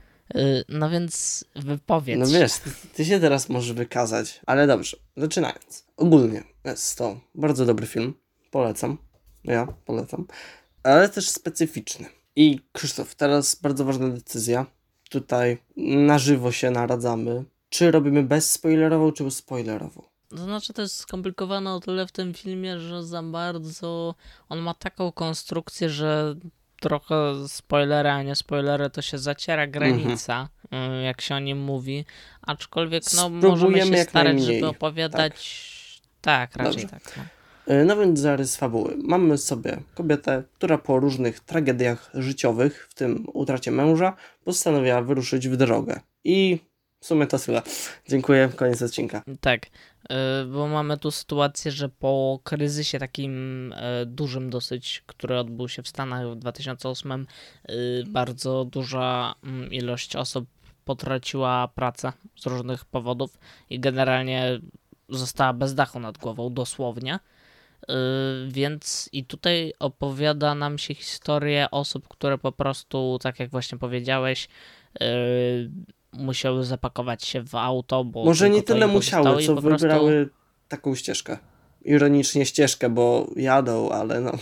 Yy, no więc wypowiedz No się. wiesz, ty, ty się teraz możesz wykazać, ale dobrze, zaczynając. Ogólnie jest to bardzo dobry film, polecam, ja polecam, ale też specyficzny. I Krzysztof, teraz bardzo ważna decyzja, tutaj na żywo się naradzamy, czy robimy bezspoilerową, czy spoilerową. To znaczy, to jest skomplikowane o tyle w tym filmie, że za bardzo on ma taką konstrukcję, że trochę spoilery, a nie spoilery, to się zaciera granica, mm. jak się o nim mówi, aczkolwiek no możemy się jak starać, najmniej. żeby opowiadać tak, tak raczej Dobrze. tak. No. No więc zarys fabuły. Mamy sobie kobietę, która po różnych tragediach życiowych, w tym utracie męża, postanowiła wyruszyć w drogę. I w sumie to tyle. Dziękuję, koniec odcinka. Tak, bo mamy tu sytuację, że po kryzysie takim dużym dosyć, który odbył się w Stanach w dwa tysiące ósmym, bardzo duża ilość osób potraciła pracę z różnych powodów i generalnie została bez dachu nad głową, dosłownie. Więc i tutaj opowiada nam się historię osób, które po prostu, tak jak właśnie powiedziałeś, musiały zapakować się w auto, bo może nie to tyle im musiały, co po prostu... wybrały taką ścieżkę. Ironicznie ścieżkę, bo jadą, ale no.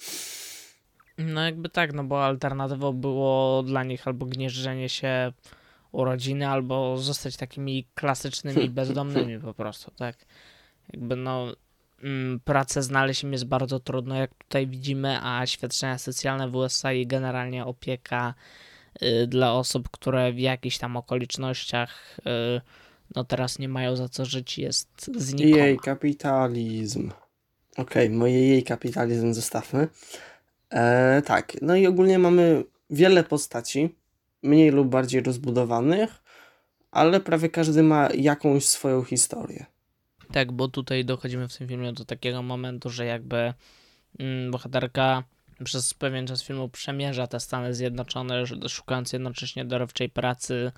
No jakby tak, no bo alternatywą było dla nich albo gnieżdżenie się u rodziny, albo zostać takimi klasycznymi bezdomnymi po prostu, tak. Jakby no mm, pracę znaleźć im jest bardzo trudno, jak tutaj widzimy, a świadczenia socjalne w U S A i generalnie opieka dla osób, które w jakichś tam okolicznościach yy, no teraz nie mają za co żyć, jest znikoma. Jej kapitalizm. Okej, okay, moje jej kapitalizm zostawmy. E, tak, no i ogólnie mamy wiele postaci, mniej lub bardziej rozbudowanych, ale prawie każdy ma jakąś swoją historię. Tak, bo tutaj dochodzimy w tym filmie do takiego momentu, że jakby mm, bohaterka przez pewien czas filmu przemierza te Stany Zjednoczone, szukając jednocześnie dorywczej pracy.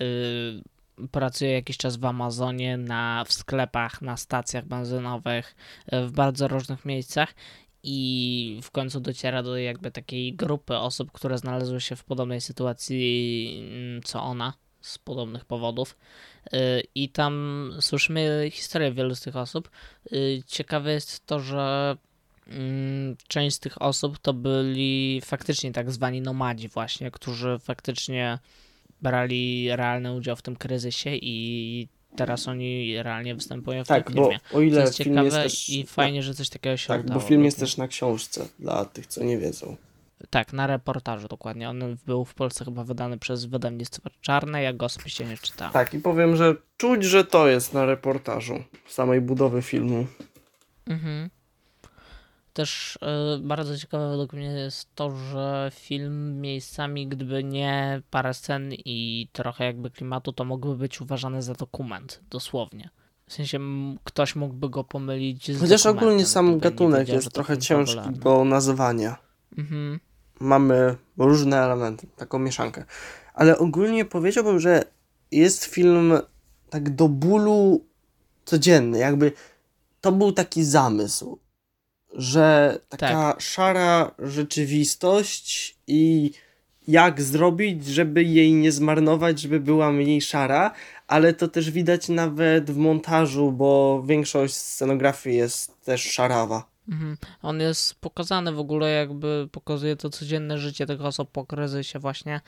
Yy, pracuje jakiś czas w Amazonie, na, w sklepach, na stacjach benzynowych, yy, w bardzo różnych miejscach i w końcu dociera do jakby takiej grupy osób, które znalazły się w podobnej sytuacji yy, co ona, z podobnych powodów. Yy, I tam słyszymy historię wielu z tych osób. Yy, ciekawe jest to, że część z tych osób to byli faktycznie tak zwani nomadzi właśnie, którzy faktycznie brali realny udział w tym kryzysie i teraz oni realnie występują w Tak, tym bo filmie. o ile To jest film ciekawe jest też... i fajnie, że coś takiego się Tak, udało. bo film jest według też na książce, dla tych, co nie wiedzą. Tak, na reportażu dokładnie. On był w Polsce chyba wydany przez wydawnictwo Czarne, ja go osobiście nie czytałem. Tak, i powiem, że czuć, że to jest na reportażu samej budowy filmu. Mhm. Też y, bardzo ciekawe według mnie jest to, że film miejscami, gdyby nie parę scen i trochę jakby klimatu, to mógłby być uważany za dokument, dosłownie. W sensie m, ktoś mógłby go pomylić z Chociaż dokumentem, ogólnie sam gdyby nie gatunek wiedział, że jest to trochę film ciężki fabularny. do nazywania. Mhm. Mamy różne elementy, taką mieszankę. Ale ogólnie powiedziałbym, że jest film tak do bólu codzienny. Jakby to był taki zamysł, że taka Tak. szara rzeczywistość i jak zrobić, żeby jej nie zmarnować, żeby była mniej szara, ale to też widać nawet w montażu, bo większość scenografii jest też szarawa. Mhm. On jest pokazany w ogóle, jakby pokazuje to codzienne życie tych osób po kryzysie właśnie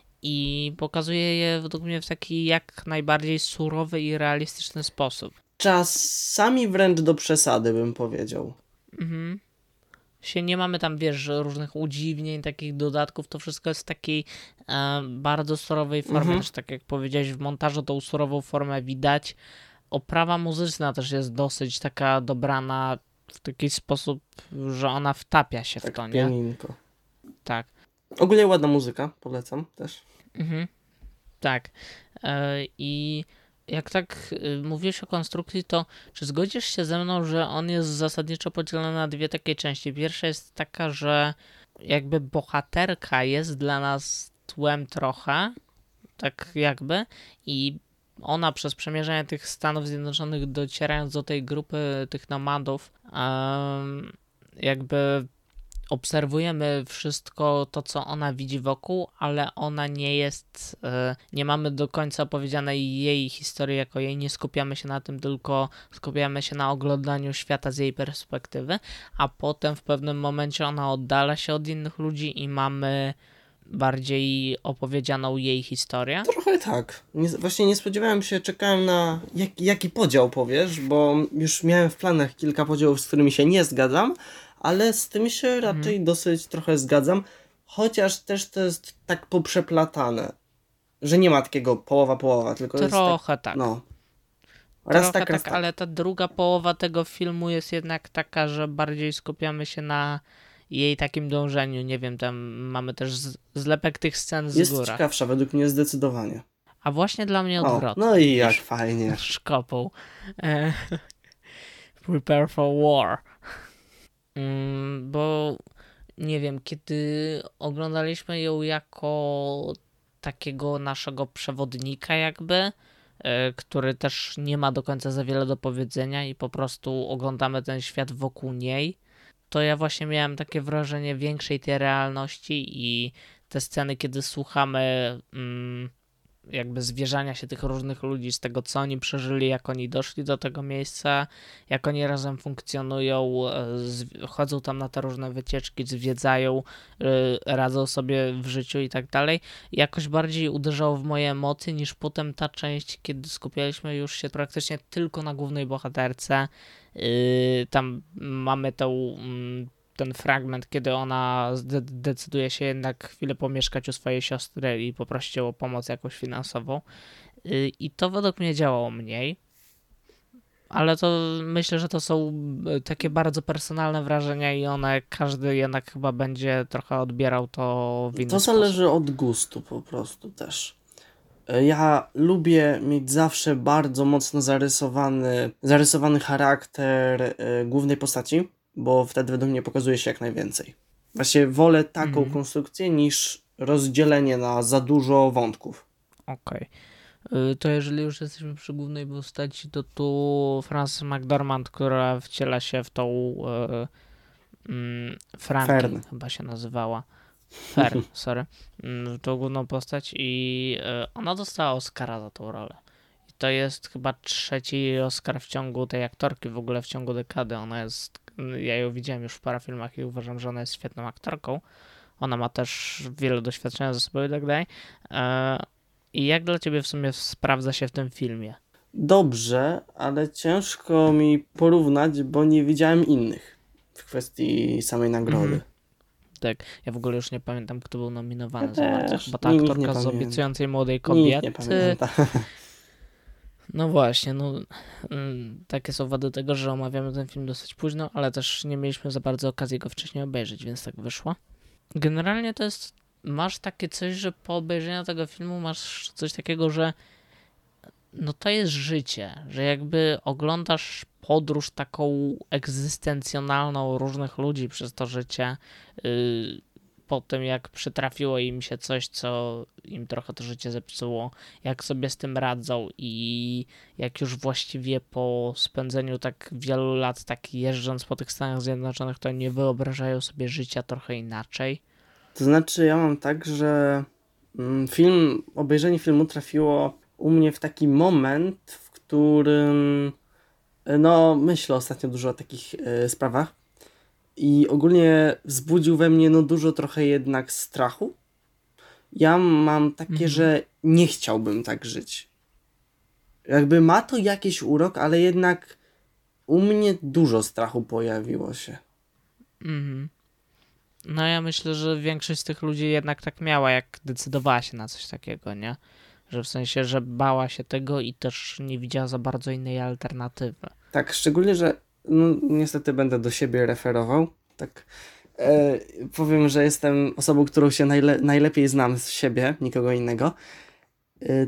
i pokazuje je według mnie w taki jak najbardziej surowy i realistyczny sposób. Czasami wręcz do przesady, bym powiedział. Mhm. Się nie mamy tam, wiesz, różnych udziwnień, takich dodatków, to wszystko jest w takiej e, bardzo surowej formie, Mhm. też tak jak powiedziałeś, w montażu tą surową formę widać. Oprawa muzyczna też jest dosyć taka dobrana w taki sposób, że ona wtapia się Tak, w to, nie? pianinko. Tak. Ogólnie ładna muzyka, polecam też. Mhm. Tak. E, I jak tak y, mówiłeś o konstrukcji, to czy zgodzisz się ze mną, że on jest zasadniczo podzielony na dwie takie części? Pierwsza jest taka, że jakby bohaterka jest dla nas tłem trochę, tak jakby, i ona przez przemierzanie tych Stanów Zjednoczonych, docierając do tej grupy tych nomadów, em, jakby obserwujemy wszystko to, co ona widzi wokół, ale ona nie jest, e, nie mamy do końca opowiedzianej jej historii jako jej, nie skupiamy się na tym, tylko skupiamy się na oglądaniu świata z jej perspektywy, a potem w pewnym momencie ona oddala się od innych ludzi i mamy bardziej opowiedzianą jej historię. Trochę tak. Nie, właśnie nie spodziewałem się, czekałem na jak, jaki podział powiesz, bo już miałem w planach kilka podziałów, z którymi się nie zgadzam, ale z tym się raczej Mhm. dosyć trochę zgadzam, chociaż też to jest tak poprzeplatane, że nie ma takiego połowa-połowa, tylko jest tak, Trochę tak. no. Raz Trochę tak, raz tak, tak. ale ta druga połowa tego filmu jest jednak taka, że bardziej skupiamy się na jej takim dążeniu. Nie wiem, tam mamy też z- zlepek tych scen z Jest góra. ciekawsza według mnie zdecydowanie. A właśnie dla mnie O, odwrotnie. no i jak niż fajnie. szkopuł. E, Prepare for war. Mm, bo nie wiem, kiedy oglądaliśmy ją jako takiego naszego przewodnika jakby, e, który też nie ma do końca za wiele do powiedzenia i po prostu oglądamy ten świat wokół niej, to ja właśnie miałem takie wrażenie większej tej realności i te sceny, kiedy słuchamy mm, jakby zwierzania się tych różnych ludzi z tego, co oni przeżyli, jak oni doszli do tego miejsca, jak oni razem funkcjonują, e, z- chodzą tam na te różne wycieczki, zwiedzają, e, radzą sobie w życiu i tak dalej. Jakoś bardziej uderzało w moje emocje niż potem ta część, kiedy skupialiśmy już się praktycznie tylko na głównej bohaterce. Yy, Tam mamy tą, mm, ten fragment, kiedy ona zde- decyduje się jednak chwilę pomieszkać u swojej siostry i poprosić ją o pomoc jakąś finansową. Yy, I to według mnie działało mniej. Ale to myślę, że to są y, takie bardzo personalne wrażenia i one, każdy jednak chyba będzie trochę odbierał to w inny To sposób. zależy od gustu po prostu też. E, Ja lubię mieć zawsze bardzo mocno zarysowany, zarysowany charakter e, głównej postaci, bo wtedy według mnie pokazuje się jak najwięcej. Właśnie wolę taką Mhm. konstrukcję niż rozdzielenie na za dużo wątków. Okej. Y, To jeżeli już jesteśmy przy głównej postaci, to tu Frances McDormand, która wciela się w tą y, mm, Frankie, Fern. chyba się nazywała. Fern, sorry. Mm, tą główną postać i y, ona dostała Oscara za tą rolę. I to jest chyba trzeci Oscar w ciągu tej aktorki, w ogóle w ciągu dekady. Ona jest, ja ją widziałem już w parę filmach i uważam, że ona jest świetną aktorką. Ona ma też wiele doświadczenia ze sobą i tak dalej. E, I jak dla ciebie w sumie sprawdza się w tym filmie? dobrze, ale ciężko mi porównać, bo nie widziałem innych w kwestii samej nagrody. Mhm. Tak, ja w ogóle już nie pamiętam, kto był nominowany Ja za bardzo. też. Chyba ta Nikt nie aktorka z pamięta. obiecującej młodej Nikt nie kobiety. pamięta. No właśnie, no mm, takie są wady tego, że omawiamy ten film dosyć późno, ale też nie mieliśmy za bardzo okazji go wcześniej obejrzeć, więc tak wyszło. Generalnie to jest, masz takie coś, że po obejrzeniu tego filmu masz coś takiego, że no to jest życie, że jakby oglądasz podróż taką egzystencjonalną różnych ludzi przez to życie, yy, po tym jak przytrafiło im się coś, co im trochę to życie zepsuło, jak sobie z tym radzą i jak już właściwie po spędzeniu tak wielu lat tak jeżdżąc po tych Stanach Zjednoczonych, to nie wyobrażają sobie życia trochę inaczej. To znaczy, ja mam tak, że mm, film, obejrzenie filmu trafiło u mnie w taki moment, w którym no myślę ostatnio dużo o takich y, sprawach i ogólnie wzbudził we mnie no dużo trochę jednak strachu. Ja mam takie, Mhm. że nie chciałbym tak żyć. Jakby ma to jakiś urok, ale jednak u mnie dużo strachu pojawiło się. Mhm. No ja myślę, że większość z tych ludzi jednak tak miała, jak decydowała się na coś takiego, nie? Że w sensie, że bała się tego i też nie widziała za bardzo innej alternatywy. Tak, szczególnie, że no, niestety będę do siebie referował. Tak e, powiem, że jestem osobą, którą się najle- najlepiej znam z siebie, nikogo innego. E,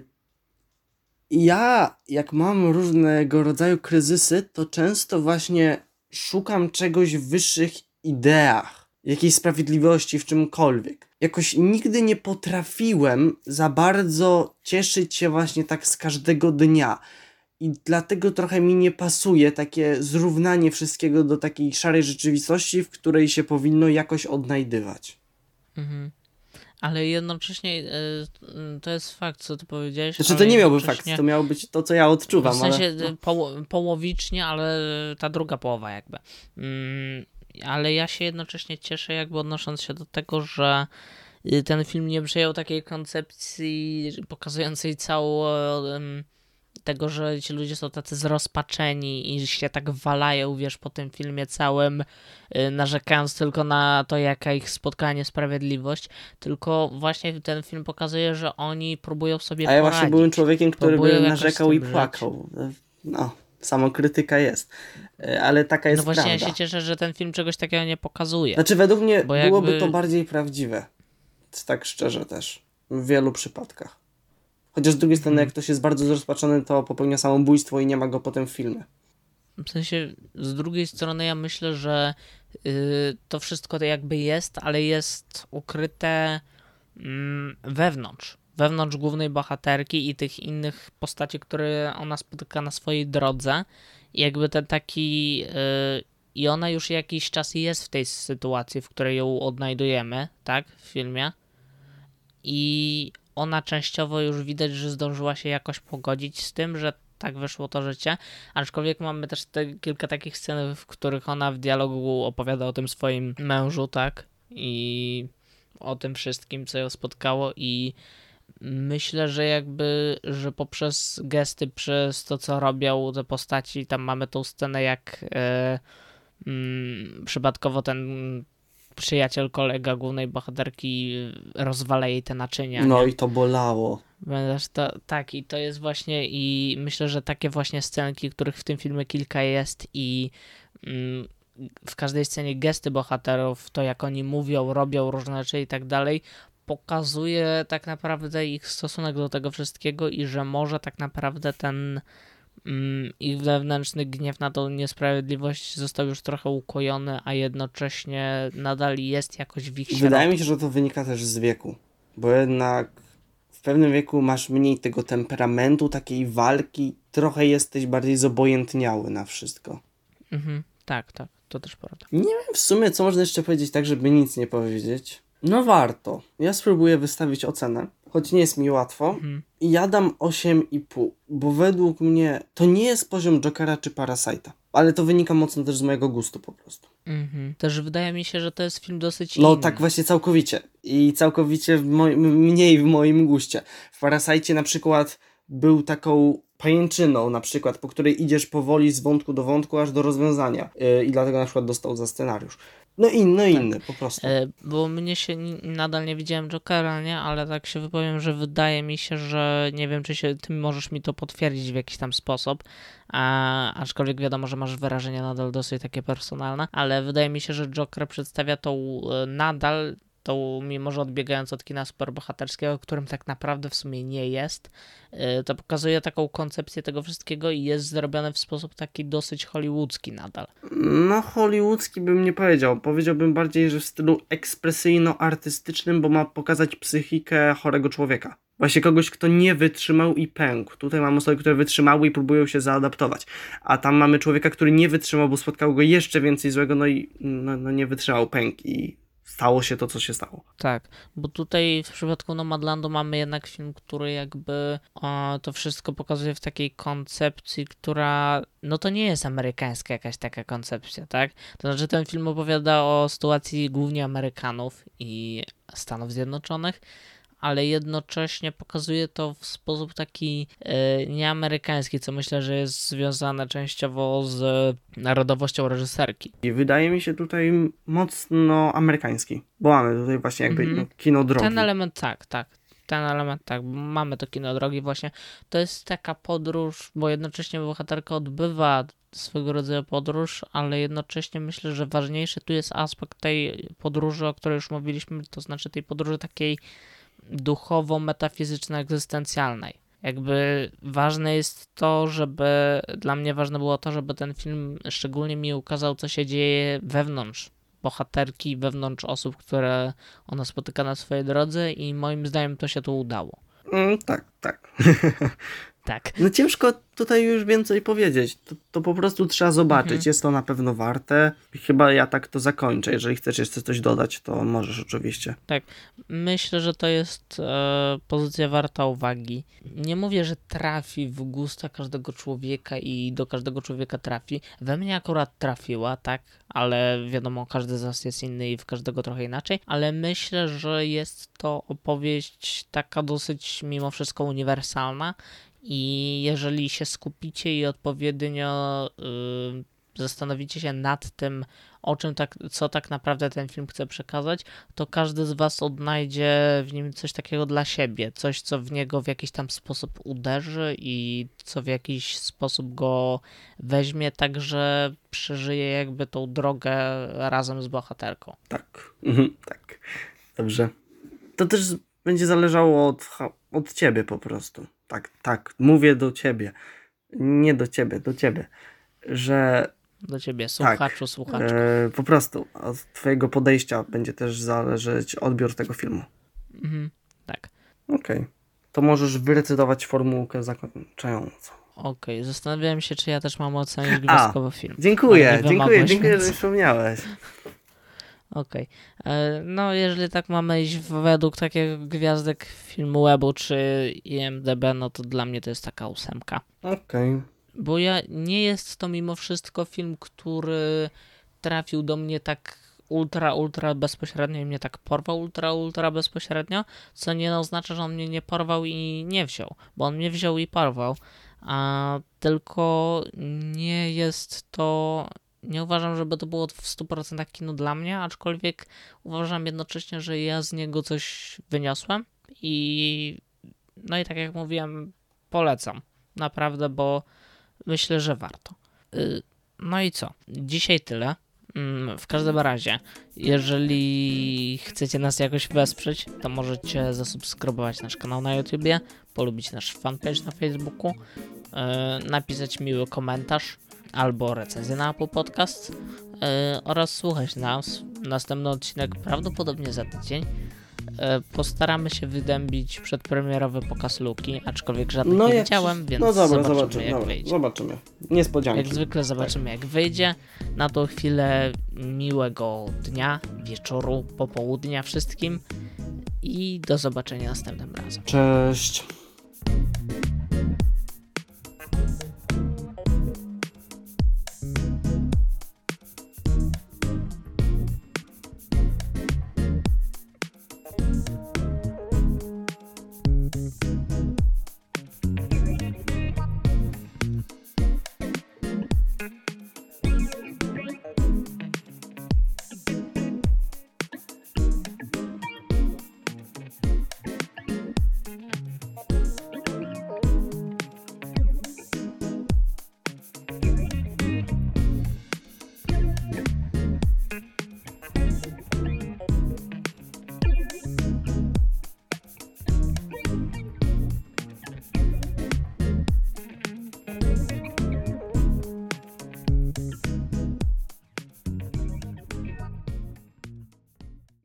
ja, jak mam różnego rodzaju kryzysy, to często właśnie szukam czegoś w wyższych ideach, jakiejś sprawiedliwości w czymkolwiek. Jakoś nigdy nie potrafiłem za bardzo cieszyć się właśnie tak z każdego dnia. I dlatego trochę mi nie pasuje takie zrównanie wszystkiego do takiej szarej rzeczywistości, w której się powinno jakoś odnajdywać. Mhm. Ale jednocześnie y, y, to jest fakt, co ty powiedziałeś. Znaczy ale to nie miałby jednocześnie- fakt, to miało być to, co ja odczuwam, W sensie ale... y, poło- połowicznie, ale ta druga połowa jakby. Mm, ale ja się jednocześnie cieszę jakby odnosząc się do tego, że y, ten film nie przyjął takiej koncepcji pokazującej całą ym, tego, że ci ludzie są tacy zrozpaczeni i się tak walają, wiesz, po tym filmie całym, y, narzekając tylko na to, jaka ich spotkała niesprawiedliwość, tylko właśnie ten film pokazuje, że oni próbują sobie A ja poradzić. właśnie byłem człowiekiem, który Próbują by jakoś narzekał z i tym płakał. No, samokrytyka jest. E, Ale taka jest No właśnie, prawda. ja się cieszę, że ten film czegoś takiego nie pokazuje. Znaczy według mnie Bo byłoby jakby- to bardziej prawdziwe. Tak szczerze też. W wielu przypadkach. Chociaż z drugiej strony, Mhm. jak ktoś jest bardzo zrozpaczony, to popełnia samobójstwo i nie ma go potem w filmie. W sensie, z drugiej strony ja myślę, że y, to wszystko to jakby jest, ale jest ukryte mm, wewnątrz. Wewnątrz głównej bohaterki i tych innych postaci, które ona spotyka na swojej drodze. I jakby ten taki... Y, I ona już jakiś czas jest w tej sytuacji, w której ją odnajdujemy, tak, w filmie. I ona częściowo już widać, że zdążyła się jakoś pogodzić z tym, że tak wyszło to życie, aczkolwiek mamy też te kilka takich scen, w których ona w dialogu opowiada o tym swoim mężu, tak, i o tym wszystkim, co ją spotkało i myślę, że jakby, że poprzez gesty, przez to, co robią te postaci, tam mamy tą scenę, jak e, mm, przypadkowo ten przyjaciel, kolega głównej bohaterki rozwala jej te naczynia. No nie? i to bolało. Ponieważ to, tak, i to jest właśnie, i myślę, że takie właśnie scenki, których w tym filmie kilka jest i mm, w każdej scenie gesty bohaterów, to jak oni mówią, robią różne rzeczy i tak dalej, pokazuje tak naprawdę ich stosunek do tego wszystkiego i że może tak naprawdę ten mm, ich wewnętrzny gniew na tą niesprawiedliwość został już trochę ukojony, a jednocześnie nadal jest jakoś w ich środku. Wydaje mi się, że to wynika też z wieku. Bo jednak w pewnym wieku masz mniej tego temperamentu, takiej walki, trochę jesteś bardziej zobojętniały na wszystko. Mhm, tak, tak, to też prawda. Nie wiem w sumie, co można jeszcze powiedzieć, tak żeby nic nie powiedzieć. No warto. Ja spróbuję wystawić ocenę, choć nie jest mi łatwo. Mhm. I ja dam osiem i pół, bo według mnie to nie jest poziom Jokera czy Parasite'a. Ale to wynika mocno też z mojego gustu po prostu. Mhm. Też wydaje mi się, że to jest film dosyć No inny. tak właśnie całkowicie. I całkowicie w moim, mniej w moim guście. W Parasite na przykład był taką pajęczyną na przykład, po której idziesz powoli z wątku do wątku aż do rozwiązania yy, i dlatego na przykład dostał za scenariusz. No inny, tak. inny po prostu. E, bo mnie się, nadal nie widziałem Jokera, nie? Ale tak się wypowiem, że wydaje mi się, że nie wiem, czy się, ty możesz mi to potwierdzić w jakiś tam sposób, a, aczkolwiek wiadomo, że masz wyrażenia nadal dosyć takie personalne, ale wydaje mi się, że Joker przedstawia tą nadal tą, mimo że odbiegając od kina superbohaterskiego, którym tak naprawdę w sumie nie jest, to pokazuje taką koncepcję tego wszystkiego i jest zrobione w sposób taki dosyć hollywoodzki nadal. No hollywoodzki bym nie powiedział. Powiedziałbym bardziej, że w stylu ekspresyjno-artystycznym, bo ma pokazać psychikę chorego człowieka. Właśnie kogoś, kto nie wytrzymał i pękł. Tutaj mamy osoby, które wytrzymały i próbują się zaadaptować. A tam mamy człowieka, który nie wytrzymał, bo spotkało go jeszcze więcej złego, no i no, no nie wytrzymał, pękł i stało się to, co się stało. Tak, bo tutaj w przypadku Nomadlandu mamy jednak film, który jakby o, to wszystko pokazuje w takiej koncepcji, która, no to nie jest amerykańska jakaś taka koncepcja, tak? To znaczy ten film opowiada o sytuacji głównie Amerykanów i Stanów Zjednoczonych, ale jednocześnie pokazuje to w sposób taki e, nieamerykański, co myślę, że jest związane częściowo z narodowością reżyserki. I wydaje mi się tutaj mocno amerykański, bo mamy tutaj właśnie jakby mm-hmm. no, kino drogi. Ten element tak, tak. Ten element tak, mamy to kino drogi właśnie. To jest taka podróż, bo jednocześnie bohaterka odbywa swego rodzaju podróż, ale jednocześnie myślę, że ważniejszy tu jest aspekt tej podróży, o której już mówiliśmy, to znaczy tej podróży takiej duchowo-metafizyczno-egzystencjalnej. Jakby ważne jest to, żeby, dla mnie ważne było to, żeby ten film szczególnie mi ukazał, co się dzieje wewnątrz bohaterki, wewnątrz osób, które ona spotyka na swojej drodze i moim zdaniem to się tu udało. Mm, tak, tak. Tak. No ciężko tutaj już więcej powiedzieć. To, to po prostu trzeba zobaczyć. Mhm. Jest to na pewno warte. Chyba ja tak to zakończę. Jeżeli chcesz jeszcze coś dodać, to możesz oczywiście. Tak. Myślę, że to jest e, pozycja warta uwagi. Nie mówię, że trafi w gusta każdego człowieka i do każdego człowieka trafi. We mnie akurat trafiła, tak? Ale wiadomo, każdy z nas jest inny i w każdego trochę inaczej. Ale myślę, że jest to opowieść taka dosyć mimo wszystko uniwersalna. I jeżeli się skupicie i odpowiednio yy, zastanowicie się nad tym, o czym tak, co tak naprawdę ten film chce przekazać, to każdy z was odnajdzie w nim coś takiego dla siebie, coś, co w niego w jakiś tam sposób uderzy i co w jakiś sposób go weźmie, tak że przeżyje jakby tą drogę razem z bohaterką. Tak, mhm, tak. Dobrze. To też będzie zależało od, od ciebie po prostu. Tak, tak, mówię do ciebie, nie do ciebie, do ciebie, że... Do ciebie, słuchaczu, tak, słuchaczku. E, po prostu od twojego podejścia będzie też zależeć odbiór tego filmu. Mhm, tak. Okej, okay. To możesz wyrecytować formułkę zakończającą. Okej, okay. Zastanawiałem się, czy ja też mam ocenić gwiazdkowo film. Dziękuję, dziękuję, dziękuję, więc... że wspomniałeś. Okej. Okay. No, jeżeli tak mamy iść według takiego gwiazdek filmu Webu czy I M D B, no to dla mnie to jest taka ósemka. Okej. Okay. Bo ja nie jest to mimo wszystko film, który trafił do mnie tak ultra, ultra bezpośrednio i mnie tak porwał ultra, ultra bezpośrednio, co nie oznacza, że on mnie nie porwał i nie wziął, bo on mnie wziął i porwał, a tylko nie jest to... Nie uważam, żeby to było w stu procentach kino dla mnie, aczkolwiek uważam jednocześnie, że ja z niego coś wyniosłem i no i tak jak mówiłem, polecam. Naprawdę, bo myślę, że warto. No i co? Dzisiaj tyle. W każdym razie, jeżeli chcecie nas jakoś wesprzeć, to możecie zasubskrybować nasz kanał na YouTubie, polubić nasz fanpage na Facebooku, napisać miły komentarz albo recenzję na Apple Podcast yy, oraz słuchać nas. Następny odcinek prawdopodobnie za tydzień. Yy, postaramy się wydębić przedpremierowy pokaz Luki, aczkolwiek żadnych no nie jak... widziałem, więc no dobra, zobaczymy, zobaczymy, jak dobra, wyjdzie. Zobaczymy. Niespodzianki. Jak zwykle zobaczymy, tak. Jak wyjdzie. Na tą chwilę miłego dnia, wieczoru, popołudnia wszystkim i do zobaczenia następnym razem. Cześć.